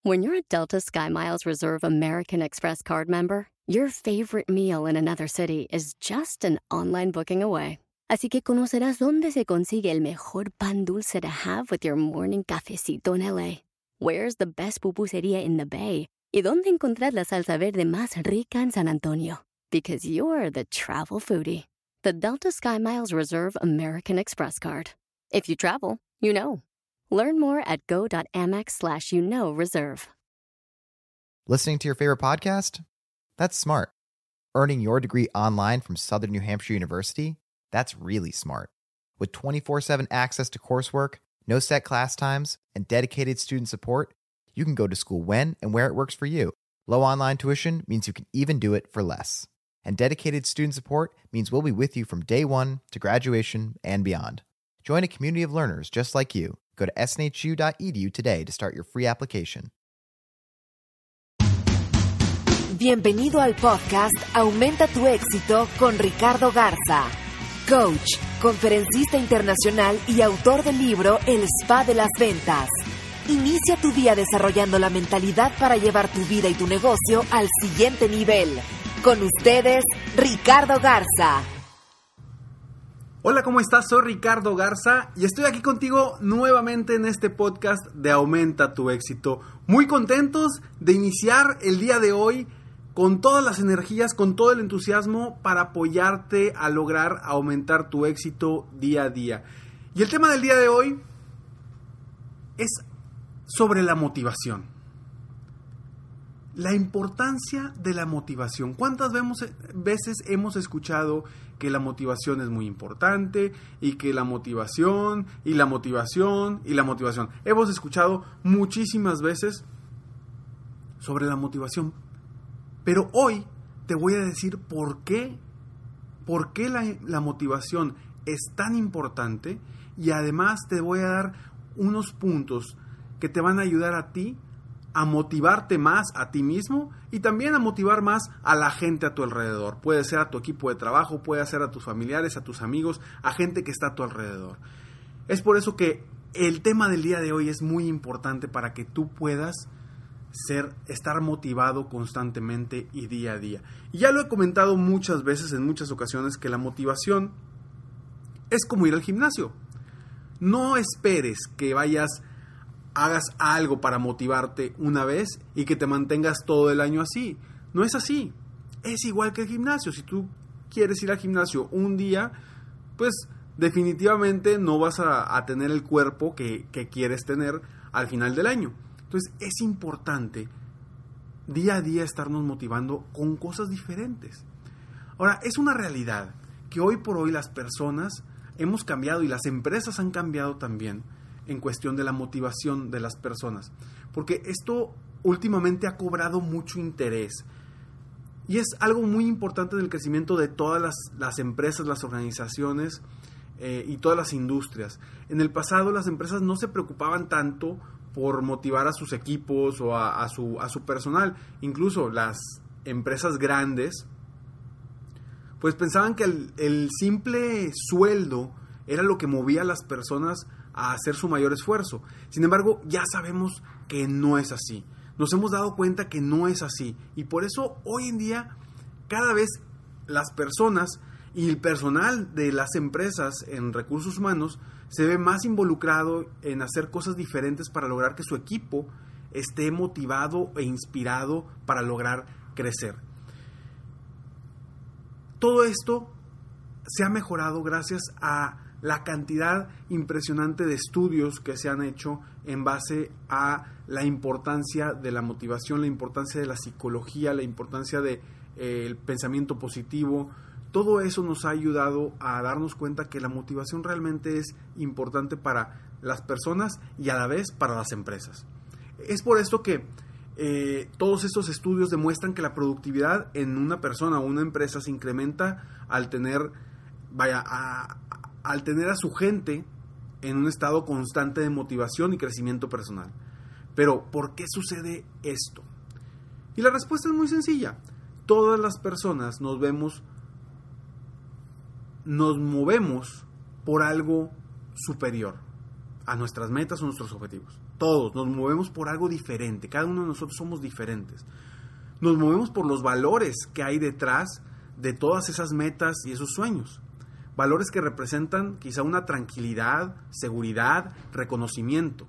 When you're a Delta SkyMiles Reserve American Express card member, your favorite meal in another city is just an online booking away. Así que conocerás dónde se consigue el mejor pan dulce to have with your morning cafecito en LA. Where's the best pupusería in the Bay? Y dónde encontrar la salsa verde más rica en San Antonio. Because you're the travel foodie. The Delta SkyMiles Reserve American Express card. If you travel, you know. Learn more at go.amex/reserve. Listening to your favorite podcast? That's smart. Earning your degree online from Southern New Hampshire University? That's really smart. With 24/7 access to coursework, no set class times, and dedicated student support, you can go to school when and where it works for you. Low online tuition means you can even do it for less. And dedicated student support means we'll be with you from day one to graduation and beyond. Join a community of learners just like you. Go to snhu.edu today to start your free application. Bienvenido al podcast Aumenta tu éxito con Ricardo Garza, coach, conferencista internacional y autor del libro El Spa de las Ventas. Inicia tu día desarrollando la mentalidad para llevar tu vida y tu negocio al siguiente nivel. Con ustedes, Ricardo Garza. Hola, ¿cómo estás? Soy Ricardo Garza y estoy aquí contigo nuevamente en este podcast de Aumenta tu éxito. Muy contentos de iniciar el día de hoy con todas las energías, con todo el entusiasmo para apoyarte a lograr aumentar tu éxito día a día. Y el tema del día de hoy es sobre la motivación. La importancia de la motivación. ¿Cuántas veces hemos escuchado que la motivación es muy importante y que la motivación y la motivación y la motivación? Hemos escuchado muchísimas veces sobre la motivación. Pero hoy te voy a decir por qué la motivación es tan importante y además te voy a dar unos puntos que te van a ayudar a ti a motivarte más a ti mismo y también a motivar más a la gente a tu alrededor. Puede ser a tu equipo de trabajo, puede ser a tus familiares, a tus amigos, a gente que está a tu alrededor. Es por eso que el tema del día de hoy es muy importante para que tú puedas estar motivado constantemente y día a día. Y ya lo he comentado muchas veces, en muchas ocasiones, que la motivación es como ir al gimnasio. No esperes que hagas algo para motivarte una vez y que te mantengas todo el año así. No es así. Es igual que el gimnasio. Si tú quieres ir al gimnasio un día, pues definitivamente no vas a tener el cuerpo que quieres tener al final del año. Entonces es importante día a día estarnos motivando con cosas diferentes. Ahora, es una realidad que hoy por hoy las personas hemos cambiado y las empresas han cambiado también en cuestión de la motivación de las personas, porque esto últimamente ha cobrado mucho interés y es algo muy importante en el crecimiento de todas las empresas, las organizaciones y todas las industrias. En el pasado las empresas no se preocupaban tanto por motivar a sus equipos o a su personal. Incluso las empresas grandes pues pensaban que el simple sueldo era lo que movía a las personas a hacer su mayor esfuerzo. Sin embargo, ya sabemos que no es así. Nos hemos dado cuenta que no es así. Y por eso hoy en día cada vez las personas y el personal de las empresas en recursos humanos se ve más involucrado en hacer cosas diferentes para lograr que su equipo esté motivado e inspirado para lograr crecer. Todo esto se ha mejorado gracias a la cantidad impresionante de estudios que se han hecho en base a la importancia de la motivación, la importancia de la psicología, la importancia del pensamiento positivo. Todo eso nos ha ayudado a darnos cuenta que la motivación realmente es importante para las personas y a la vez para las empresas. Es por esto que todos estos estudios demuestran que la productividad en una persona o una empresa se incrementa al tener a su gente en un estado constante de motivación y crecimiento personal. Pero, ¿por qué sucede esto? Y la respuesta es muy sencilla. Todas las personas nos movemos por algo superior a nuestras metas o nuestros objetivos. todos nos movemos por algo diferente. Cada uno de nosotros somos diferentes. Nos movemos por los valores que hay detrás de todas esas metas y esos sueños. Valores que representan quizá una tranquilidad, seguridad, reconocimiento.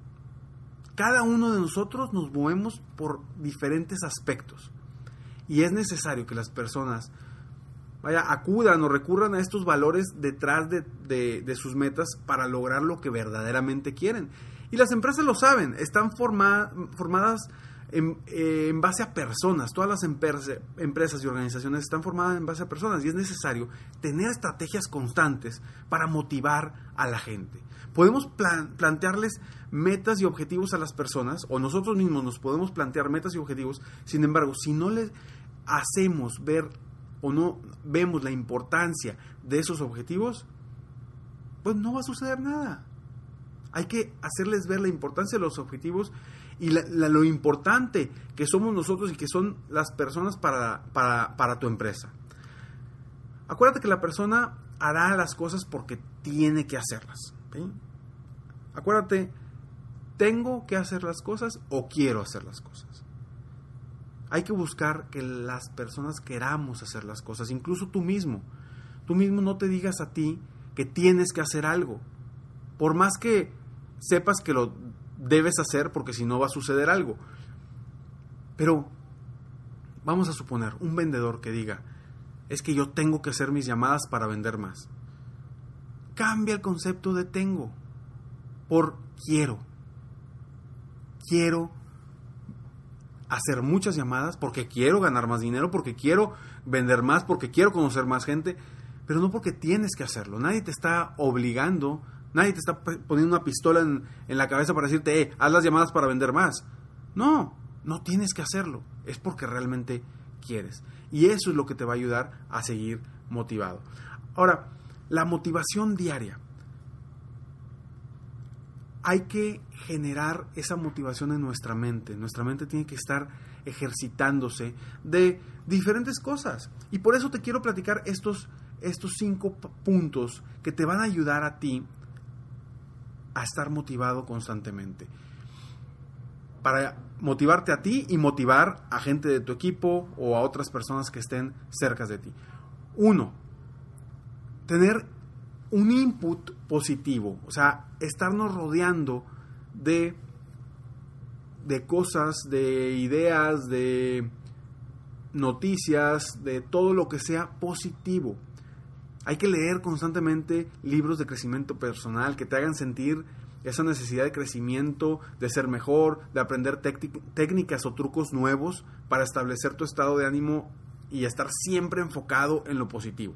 Cada uno de nosotros nos movemos por diferentes aspectos. Y es necesario que las personas acudan o recurran a estos valores detrás de sus metas para lograr lo que verdaderamente quieren. Y las empresas lo saben, están formadas en base a personas. Todas las empresas y organizaciones están formadas en base a personas y es necesario tener estrategias constantes para motivar a la gente. Podemos plantearles metas y objetivos a las personas, o nosotros mismos nos podemos plantear metas y objetivos. Sin embargo, si no les hacemos ver o no vemos la importancia de esos objetivos, pues no va a suceder nada. Hay que hacerles ver la importancia de los objetivos y lo importante que somos nosotros y que son las personas para tu empresa. Acuérdate que la persona hará las cosas porque tiene que hacerlas, ¿sí? Acuérdate, ¿tengo que hacer las cosas o quiero hacer las cosas? Hay que buscar que las personas queramos hacer las cosas, incluso tú mismo. Tú mismo no te digas a ti que tienes que hacer algo, por más que sepas que lo debes hacer, porque si no va a suceder algo. Pero vamos a suponer un vendedor que diga, es que yo tengo que hacer mis llamadas para vender más. Cambia el concepto de tengo por quiero. Quiero hacer muchas llamadas porque quiero ganar más dinero, porque quiero vender más, porque quiero conocer más gente, pero no porque tienes que hacerlo. Nadie te está obligando, nadie te está poniendo una pistola en la cabeza para decirte, haz las llamadas para vender más. No tienes que hacerlo. Es porque realmente quieres. Y eso es lo que te va a ayudar a seguir motivado. Ahora, la motivación diaria. Hay que generar esa motivación en nuestra mente. Nuestra mente tiene que estar ejercitándose de diferentes cosas. Y por eso te quiero platicar estos 5 puntos que te van a ayudar a ti a estar motivado constantemente. Para motivarte a ti y motivar a gente de tu equipo o a otras personas que estén cerca de ti. 1. Tener un input positivo. O sea, estarnos rodeando de cosas, de ideas, de noticias, de todo lo que sea positivo. Hay que leer constantemente libros de crecimiento personal que te hagan sentir esa necesidad de crecimiento, de ser mejor, de aprender técnicas o trucos nuevos para establecer tu estado de ánimo y estar siempre enfocado en lo positivo.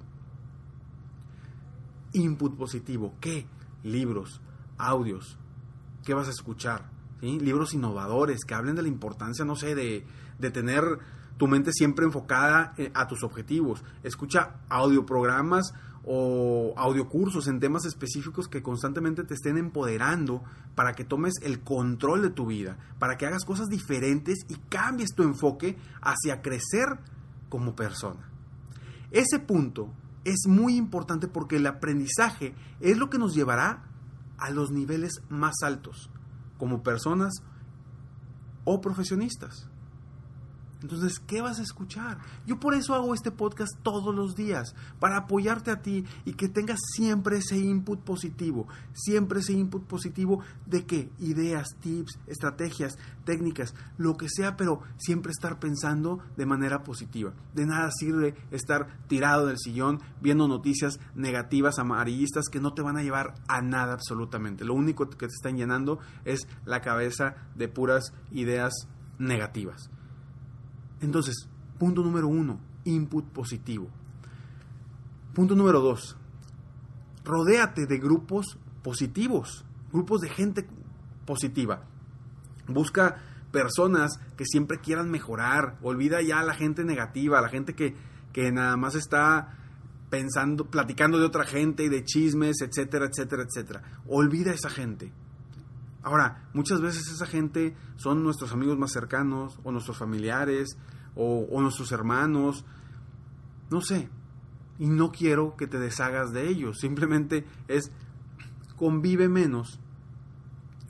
Input positivo. ¿Qué? Libros, audios. ¿Qué vas a escuchar? ¿Sí? Libros innovadores que hablen de la importancia, no sé, de tener tu mente siempre enfocada a tus objetivos. Escucha audioprogramas o audiocursos en temas específicos que constantemente te estén empoderando para que tomes el control de tu vida, para que hagas cosas diferentes y cambies tu enfoque hacia crecer como persona. Ese punto es muy importante porque el aprendizaje es lo que nos llevará a los niveles más altos como personas o profesionistas. Entonces, ¿qué vas a escuchar? Yo por eso hago este podcast todos los días, para apoyarte a ti y que tengas siempre ese input positivo. Siempre ese input positivo de qué, ideas, tips, estrategias, técnicas, lo que sea, pero siempre estar pensando de manera positiva. De nada sirve estar tirado del sillón viendo noticias negativas, amarillistas, que no te van a llevar a nada absolutamente. Lo único que te están llenando es la cabeza de puras ideas negativas. Entonces, punto número 1, input positivo. Punto número 2, rodéate de grupos positivos, grupos de gente positiva. Busca personas que siempre quieran mejorar. Olvida ya a la gente negativa, a la gente que nada más está pensando, platicando de otra gente y de chismes, etcétera, etcétera, etcétera. Olvida a esa gente. Ahora, muchas veces esa gente son nuestros amigos más cercanos, o nuestros familiares, o nuestros hermanos, no sé, y no quiero que te deshagas de ellos. Simplemente es convive menos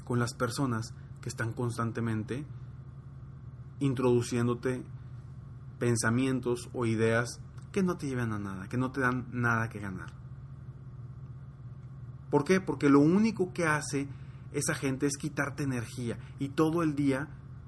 con las personas que están constantemente introduciéndote pensamientos o ideas que no te llevan a nada, que no te dan nada que ganar. ¿Por qué? Porque lo único que hace esa gente es quitarte energía y todo el día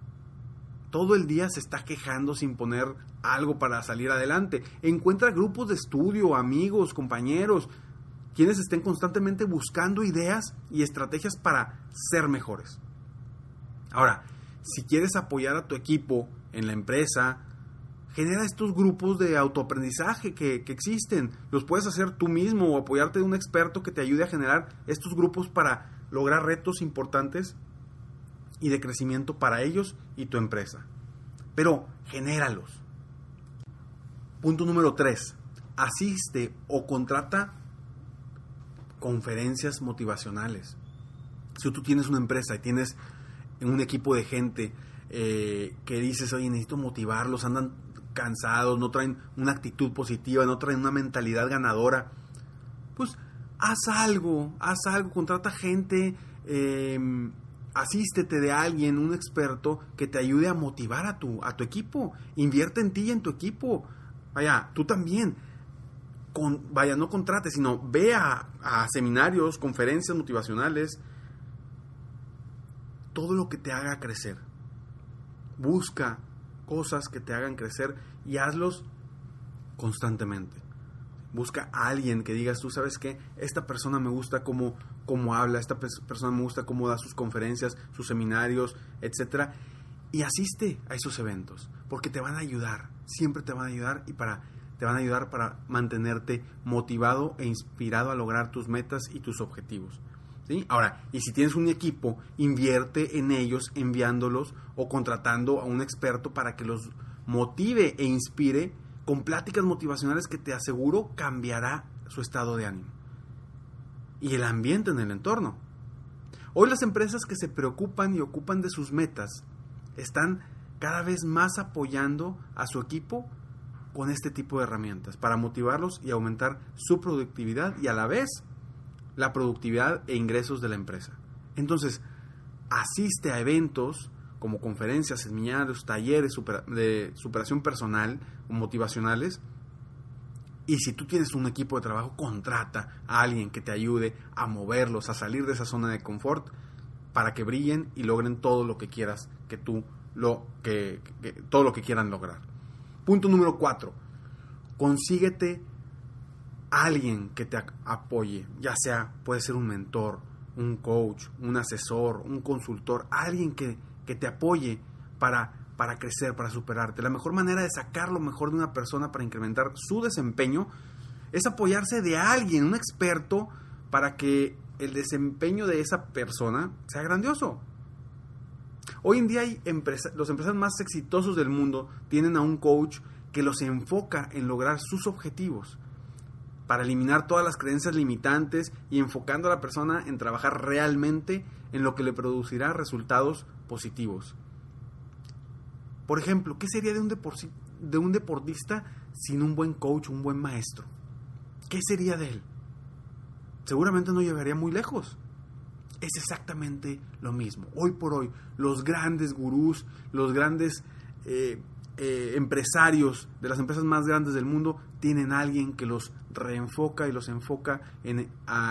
se está quejando sin poner algo para salir adelante. Encuentra grupos de estudio, amigos, compañeros, quienes estén constantemente buscando ideas y estrategias para ser mejores. Ahora, si quieres apoyar a tu equipo en la empresa, genera estos grupos de autoaprendizaje que existen. Los puedes hacer tú mismo o apoyarte de un experto que te ayude a generar estos grupos para lograr retos importantes y de crecimiento para ellos y tu empresa. Pero genéralos. Punto número 3. Asiste o contrata conferencias motivacionales. Si tú tienes una empresa y tienes un equipo de gente que dices, oye, necesito motivarlos, andan cansados, no traen una actitud positiva, no traen una mentalidad ganadora, pues haz algo, contrata gente, asístete de alguien, un experto que te ayude a motivar a tu equipo, invierte en ti y en tu equipo. Vaya, tú también, no contrates, sino ve a seminarios, conferencias motivacionales, todo lo que te haga crecer. Busca cosas que te hagan crecer y hazlos constantemente. Busca a alguien que digas, tú sabes qué, esta persona me gusta cómo habla, esta persona me gusta cómo da sus conferencias, sus seminarios, etcétera, y asiste a esos eventos, porque te van a ayudar, siempre te van a ayudar te van a ayudar para mantenerte motivado e inspirado a lograr tus metas y tus objetivos. ¿Sí? Ahora, y si tienes un equipo, invierte en ellos enviándolos o contratando a un experto para que los motive e inspire con pláticas motivacionales que te aseguro cambiará su estado de ánimo y el ambiente en el entorno. Hoy las empresas que se preocupan y ocupan de sus metas están cada vez más apoyando a su equipo con este tipo de herramientas para motivarlos y aumentar su productividad y a la vez la productividad e ingresos de la empresa. Entonces, asiste a eventos como conferencias, seminarios, talleres de superación personal o motivacionales. Y si tú tienes un equipo de trabajo, contrata a alguien que te ayude a moverlos, a salir de esa zona de confort para que brillen y logren todo lo que quieras todo lo que quieran lograr. Punto número 4. Consíguete alguien que te apoye, ya sea, puede ser un mentor, un coach, un asesor, un consultor, alguien que te apoye para crecer, para superarte. La mejor manera de sacar lo mejor de una persona para incrementar su desempeño es apoyarse de alguien, un experto, para que el desempeño de esa persona sea grandioso. Hoy en día los empresarios más exitosos del mundo tienen a un coach que los enfoca en lograr sus objetivos, para eliminar todas las creencias limitantes y enfocando a la persona en trabajar realmente en lo que le producirá resultados positivos. Por ejemplo, ¿qué sería de un deportista sin un buen coach, un buen maestro? ¿Qué sería de él? Seguramente no llegaría muy lejos. Es exactamente lo mismo. Hoy por hoy, los grandes gurús, los grandes empresarios de las empresas más grandes del mundo tienen a alguien que los reenfoca y los enfoca en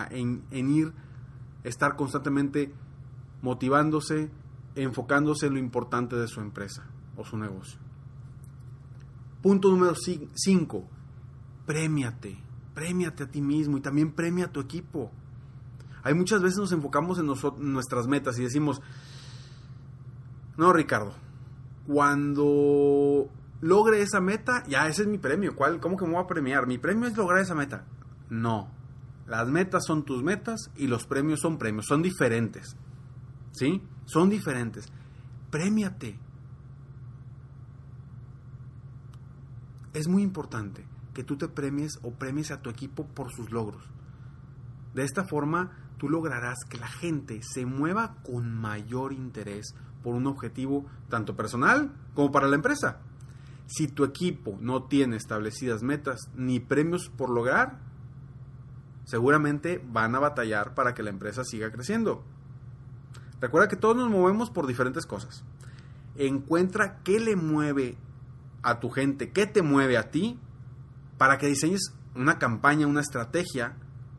estar constantemente motivándose, enfocándose en lo importante de su empresa o su negocio. Punto número 5. Prémiate a ti mismo y también premia a tu equipo. Hay muchas veces nos enfocamos en nuestras metas y decimos, no, Ricardo, cuando logre esa meta, ya ese es mi premio. ¿Cómo que me voy a premiar? Mi premio es lograr esa meta. No, las metas son tus metas y los premios son premios, son diferentes. ¿Sí? Son diferentes. Prémiate. Es muy importante que tú te premies o premies a tu equipo por sus logros. De esta forma, tú lograrás que la gente se mueva con mayor interés por un objetivo tanto personal como para la empresa. Si tu equipo no tiene establecidas metas ni premios por lograr, seguramente van a batallar para que la empresa siga creciendo. Recuerda que todos nos movemos por diferentes cosas. Encuentra qué le mueve a tu gente, qué te mueve a ti, para que diseñes una campaña, una estrategia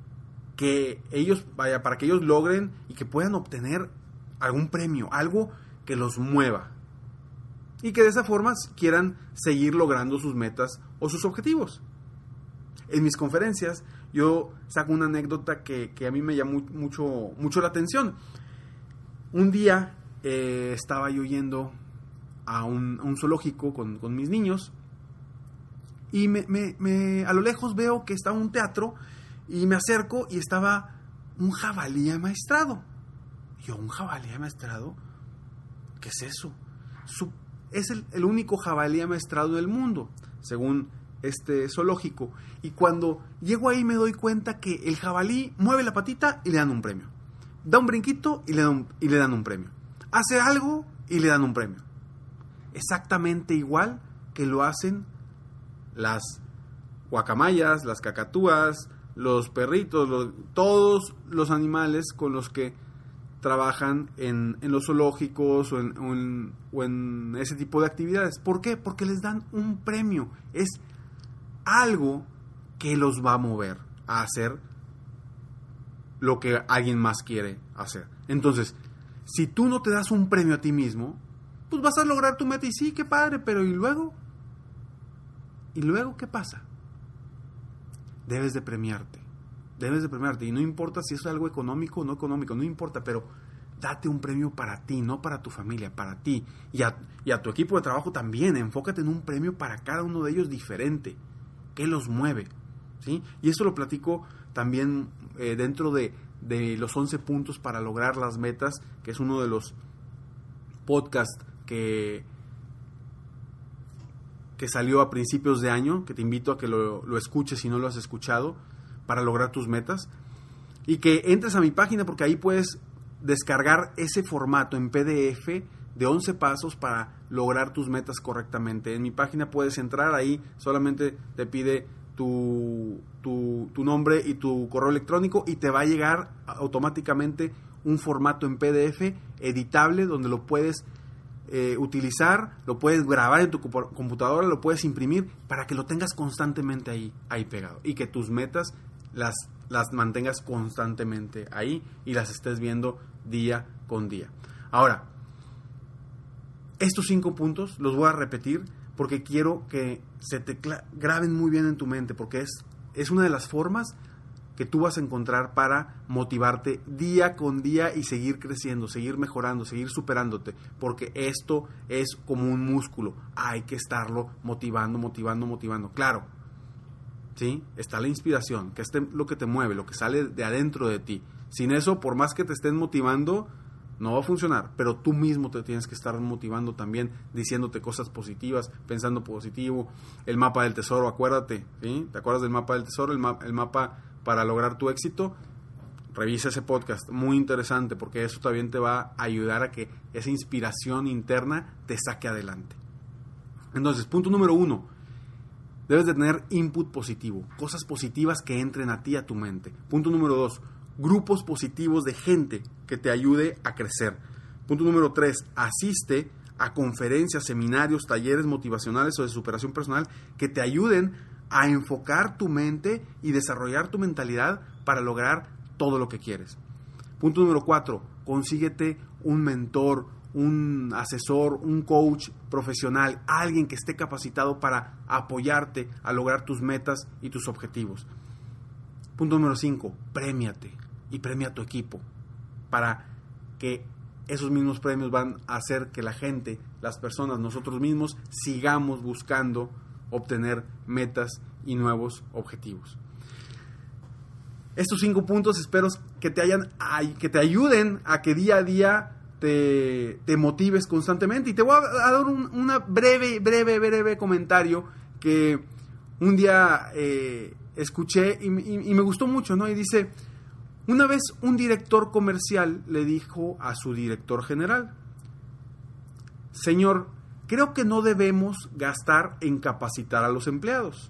para que ellos logren y que puedan obtener algún premio, algo que los mueva. Y que de esa forma quieran seguir logrando sus metas o sus objetivos. En mis conferencias yo saco una anécdota que a mí me llamó mucho la atención. Un día estaba yo yendo a un zoológico con mis niños y a lo lejos veo que estaba un teatro y me acerco y estaba un jabalí amaestrado. Yo, ¿un jabalí amaestrado? ¿Qué es eso? Es el único jabalí amaestrado del mundo, según este zoológico. Y cuando llego ahí me doy cuenta que el jabalí mueve la patita y le dan un premio. Da un brinquito y le dan un premio. Hace algo y le dan un premio. Exactamente igual que lo hacen las guacamayas, las cacatúas, los perritos, todos los animales con los que trabajan en los zoológicos o en ese tipo de actividades. ¿Por qué? Porque les dan un premio. Es algo que los va a mover a hacer lo que alguien más quiere hacer. Entonces, si tú no te das un premio a ti mismo, pues vas a lograr tu meta y sí, qué padre, pero ¿y luego? ¿Y luego qué pasa? Debes de premiarte y no importa si es algo económico o no económico, no importa, pero date un premio para ti, no para tu familia, para ti y a tu equipo de trabajo también. Enfócate en un premio para cada uno de ellos diferente, que los mueve, ¿sí? Y esto lo platico también dentro de los 11 puntos para lograr las metas, que es uno de los podcasts que salió a principios de año, que te invito a que lo escuches si no lo has escuchado, para lograr tus metas, y que entres a mi página porque ahí puedes descargar ese formato en PDF de 11 pasos para lograr tus metas correctamente. En mi página puedes entrar, ahí solamente te pide tu nombre y tu correo electrónico y te va a llegar automáticamente un formato en PDF editable donde lo puedes utilizar, lo puedes grabar en tu computadora, lo puedes imprimir para que lo tengas constantemente ahí pegado y que tus metas las mantengas constantemente ahí y las estés viendo día con día. Ahora, estos 5 puntos los voy a repetir porque quiero que se te graben muy bien en tu mente, porque es una de las formas que tú vas a encontrar para motivarte día con día y seguir creciendo, seguir mejorando, seguir superándote, porque esto es como un músculo, hay que estarlo motivando. Claro, ¿sí? Está la inspiración, que es lo que te mueve, lo que sale de adentro de ti. Sin eso, por más que te estén motivando, no va a funcionar, pero tú mismo te tienes que estar motivando también, diciéndote cosas positivas, pensando positivo. El mapa del tesoro, acuérdate, ¿sí? ¿Te acuerdas del mapa del tesoro? El mapa para lograr tu éxito. Revisa ese podcast, muy interesante, porque eso también te va a ayudar a que esa inspiración interna te saque adelante. Entonces, punto número 1, debes de tener input positivo, cosas positivas que entren a ti, a tu mente. Punto número 2, grupos positivos de gente que te ayude a crecer. Punto número 3, asiste a conferencias, seminarios, talleres motivacionales o de superación personal que te ayuden a enfocar tu mente y desarrollar tu mentalidad para lograr todo lo que quieres. Punto número 4, consíguete un mentor, un asesor, un coach profesional, alguien que esté capacitado para apoyarte a lograr tus metas y tus objetivos. Punto número 5, prémiate y premia a tu equipo para que esos mismos premios van a hacer que la gente, las personas, nosotros mismos sigamos buscando obtener metas y nuevos objetivos. Estos 5 puntos espero que te ayuden a que día a día te motives constantemente. Y te voy a dar una breve comentario que un día escuché y me gustó mucho, ¿no? Y dice: una vez un director comercial le dijo a su director general: señor, creo que no debemos gastar en capacitar a los empleados.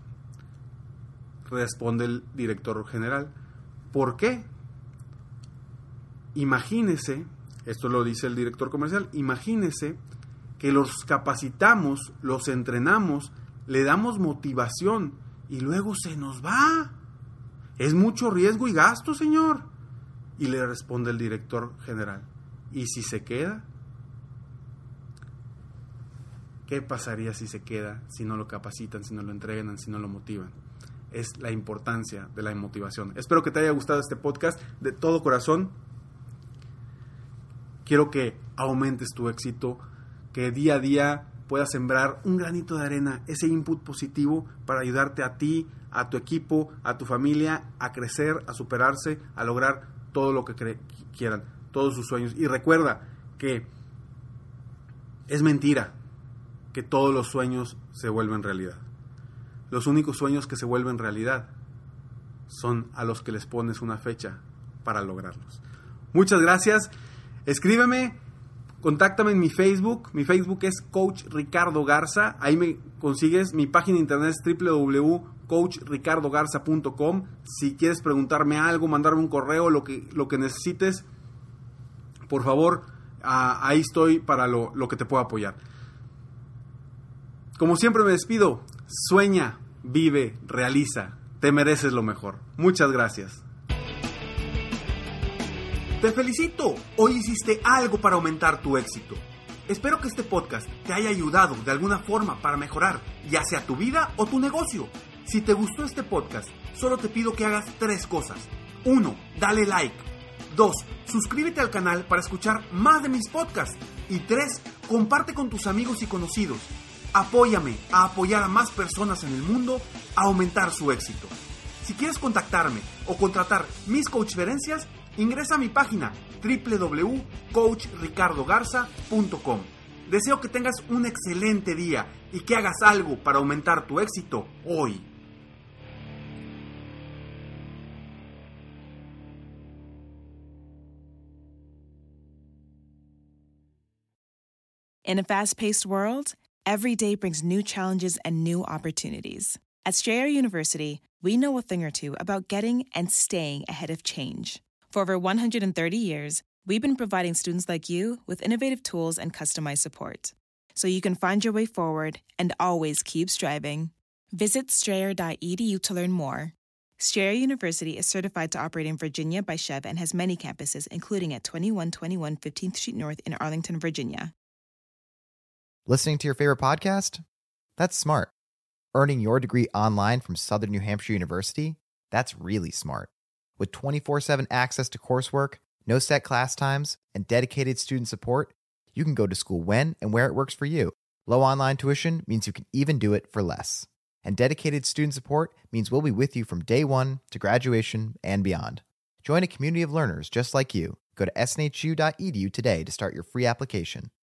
Responde el director general: ¿por qué? Imagínese Esto lo dice el director comercial. Imagínese que los capacitamos, los entrenamos, le damos motivación y luego se nos va. Es mucho riesgo y gasto, señor. Y le responde el director general: ¿y si se queda? ¿Qué pasaría si se queda, si no lo capacitan, si no lo entrenan, si no lo motivan? Es la importancia de la motivación. Espero que te haya gustado este podcast de todo corazón. Quiero que aumentes tu éxito, que día a día puedas sembrar un granito de arena, ese input positivo para ayudarte a ti, a tu equipo, a tu familia, a crecer, a superarse, a lograr todo lo que quieran, todos sus sueños. Y recuerda que es mentira que todos los sueños se vuelven realidad. Los únicos sueños que se vuelven realidad son a los que les pones una fecha para lograrlos. Muchas gracias. Escríbeme, contáctame en mi Facebook. Mi Facebook es Coach Ricardo Garza. Ahí me consigues. Mi página de internet es www.coachricardogarza.com. Si quieres preguntarme algo, mandarme un correo, lo que necesites, por favor, ahí estoy para lo que te pueda apoyar. Como siempre me despido. Sueña, vive, realiza. Te mereces lo mejor. Muchas gracias. Te felicito. Hoy hiciste algo para aumentar tu éxito. Espero que este podcast te haya ayudado de alguna forma para mejorar, ya sea tu vida o tu negocio. Si te gustó este podcast, solo te pido que hagas 3 cosas. 1. Dale like. 2. Suscríbete al canal para escuchar más de mis podcasts. Y 3. Comparte con tus amigos y conocidos. Apóyame a apoyar a más personas en el mundo a aumentar su éxito. Si quieres contactarme o contratar mis coachferencias, ingresa a mi página www.coachricardogarza.com. Deseo que tengas un excelente día y que hagas algo para aumentar tu éxito hoy. In a fast-paced world, every day brings new challenges and new opportunities. At Strayer University, we know a thing or two about getting and staying ahead of change. For over 130 years, we've been providing students like you with innovative tools and customized support, so you can find your way forward and always keep striving. Visit strayer.edu to learn more. Strayer University is certified to operate in Virginia by Chev and has many campuses, including at 2121 15th Street North in Arlington, Virginia. Listening to your favorite podcast? That's smart. Earning your degree online from Southern New Hampshire University? That's really smart. With 24/7 access to coursework, no set class times, and dedicated student support, you can go to school when and where it works for you. Low online tuition means you can even do it for less. And dedicated student support means we'll be with you from day one to graduation and beyond. Join a community of learners just like you. Go to snhu.edu today to start your free application.